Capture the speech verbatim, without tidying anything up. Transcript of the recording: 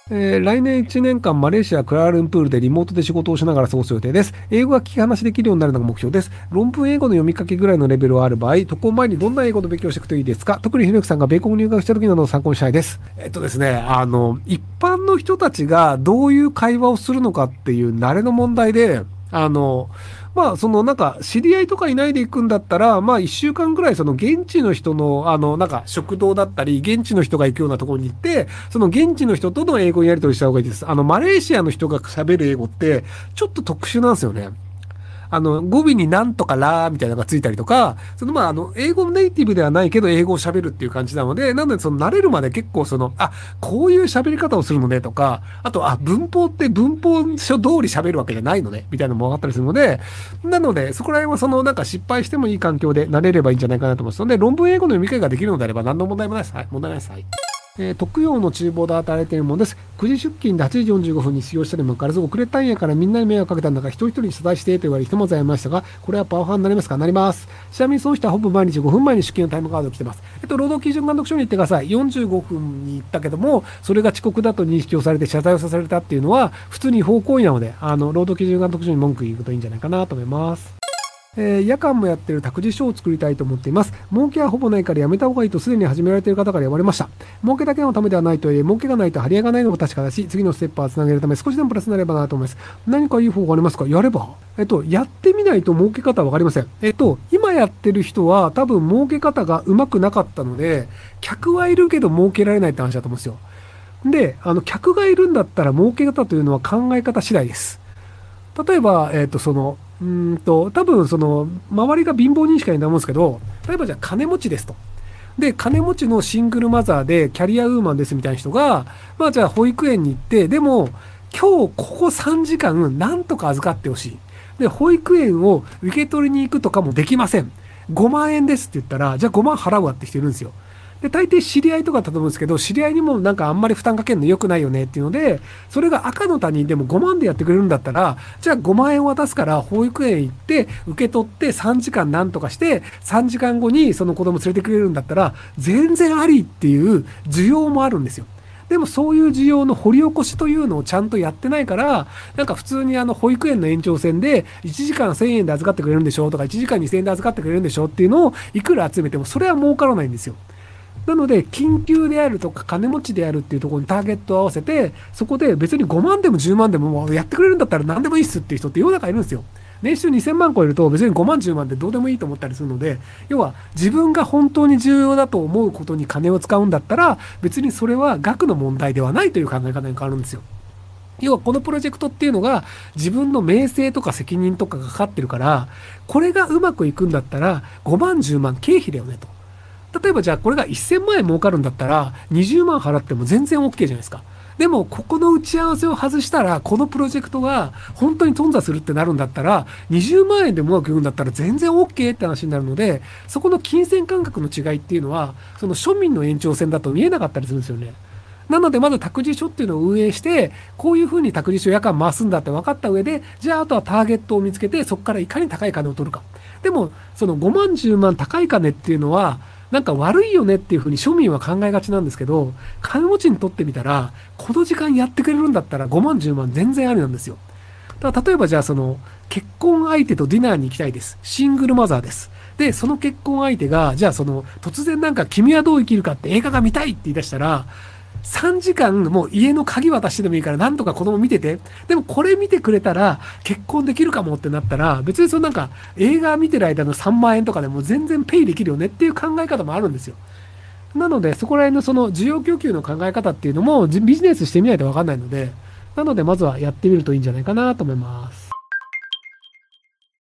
えー来年いちねんかんマレーシア・クアラルンプールでリモートで仕事をしながら過ごす予定です。英語が聞き話できるようになるのが目標です。論文英語の読み書きぐらいのレベルはある場合、渡航前にどんな英語の勉強をしていくといいですか？特にひろゆきさんが米国に入学した時などを参考にしたいです。えっとですね、あの、一般の人たちがどういう会話をするのかっていう慣れの問題で、あの、まあ、そのなんか、知り合いとかいないで行くんだったら、まあ、一週間ぐらい、その現地の人の、あの、なんか、食堂だったり、現地の人が行くようなところに行って、その現地の人との英語にやり取りした方がいいです。あの、マレーシアの人が喋る英語って、ちょっと特殊なんですよね。あの、語尾になんとからみたいなのがついたりとか、そのまあ、あの、英語のネイティブではないけど、英語を喋るっていう感じなので、なので、その慣れるまで結構その、あ、こういう喋り方をするのねとか、あと、あ、文法って文法書通り喋るわけじゃないのね、みたいなのも分かったりするので、なので、そこら辺はその、なんか失敗してもいい環境で慣れればいいんじゃないかなと思いますので、論文英語の読み替えができるのであれば何の問題もないです。はい、問題ないです。はい。えー、特養の厨房で働いているものです。くじ出勤ではちじよんじゅうごふんに使用したにもかかわらず、遅れたんやからみんなに迷惑かけたんだから、一人一人に謝罪してと言われ、ひとまず会いましたが、これはパワハラになりますか？なります。ちなみにそうしたらほぼ毎日ごふんまえに出勤のタイムカードを来てます。えっと、労働基準監督署に行ってください。よんじゅうごふんに行ったけども、それが遅刻だと認識をされて謝罪をさせられたっていうのは、普通に違法行為なので、あの、労働基準監督署に文句言うこといいんじゃないかなと思います。えー夜間もやってる託児所を作りたいと思っています。儲けはほぼないからやめた方がいいとすでに始められている方から言われました。儲けだけのためではないとはいえ、儲けがないと張り合いがないのも確かだし、次のステップはつなげるため少しでもプラスになればなと思います。何かいい方法ありますか？やれば。えっと、やってみないと儲け方はわかりません。えっと、今やってる人は多分儲け方がうまくなかったので、客はいるけど儲けられないって話だと思うんですよ。で、あの、客がいるんだったら儲け方というのは考え方次第です。例えば、えっと、その、うーんと、多分、その、周りが貧乏人しかいないと思うんですけど、例えばじゃあ金持ちですと。で、金持ちのシングルマザーでキャリアウーマンですみたいな人が、まあじゃあ保育園に行って、でも、今日ここさんじかんなんとか預かってほしい。で、保育園を受け取りに行くとかもできません。ごまん円ですって言ったら、じゃあごまん払うわって人いるんですよ。で、大抵知り合いとかだと思うんですけど、知り合いにもなんかあんまり負担かけるの良くないよねっていうので、それが赤の他人でもごまんでやってくれるんだったら、じゃあごまん円渡すから保育園行って、受け取ってさんじかんなんとかして、さんじかんごにその子供連れてくれるんだったら、全然ありっていう需要もあるんですよ。でもそういう需要の掘り起こしというのをちゃんとやってないから、なんか普通にあの保育園の延長線でいちじかんせんえんで預かってくれるんでしょとかいちじかんにせんえんで預かってくれるんでしょっていうのをいくら集めてもそれは儲からないんですよ。なので、緊急であるとか金持ちであるっていうところにターゲットを合わせて、そこで別にごまんでもじゅうまんでももうやってくれるんだったら何でもいいっすっていう人って世の中いるんですよ。年収にせんまん超えると別にごまんじゅうまんでどうでもいいと思ったりするので、要は自分が本当に重要だと思うことに金を使うんだったら、別にそれは額の問題ではないという考え方に変わるんですよ。要はこのプロジェクトっていうのが自分の名声とか責任とかがかかってるから、これがうまくいくんだったらごまんじゅうまん経費だよねと。例えばじゃあこれがせんまん円儲かるんだったらにじゅうまん払っても全然 OK じゃないですか。でもここの打ち合わせを外したらこのプロジェクトが本当に頓挫するってなるんだったらにじゅうまん円でうまくいくんだったら全然 OK って話になるので、そこの金銭感覚の違いっていうのはその庶民の延長線だと見えなかったりするんですよね。なので、まず託児所っていうのを運営して、こういうふうに託児所夜間回すんだって分かった上で、じゃああとはターゲットを見つけて、そこからいかに高い金を取るか。でも、そのごまんじゅうまん高い金っていうのは、なんか悪いよねっていうふうに庶民は考えがちなんですけど、金持ちにとってみたら、この時間やってくれるんだったらごまんじゅうまん全然ありなんですよ。だから例えばじゃあその、結婚相手とディナーに行きたいです。シングルマザーです。で、その結婚相手が、じゃあその、突然なんか君はどう生きるかって映画が見たいって言い出したら、さんじかんもう家の鍵渡してでもいいからなんとか子供見てて、でもこれ見てくれたら結婚できるかもってなったら、別にそのなんか映画見てる間のさんまん円とかでも全然ペイできるよねっていう考え方もあるんですよ。なのでそこら辺のその需要供給の考え方っていうのもビジネスしてみないとわかんないので、なのでまずはやってみるといいんじゃないかなと思います。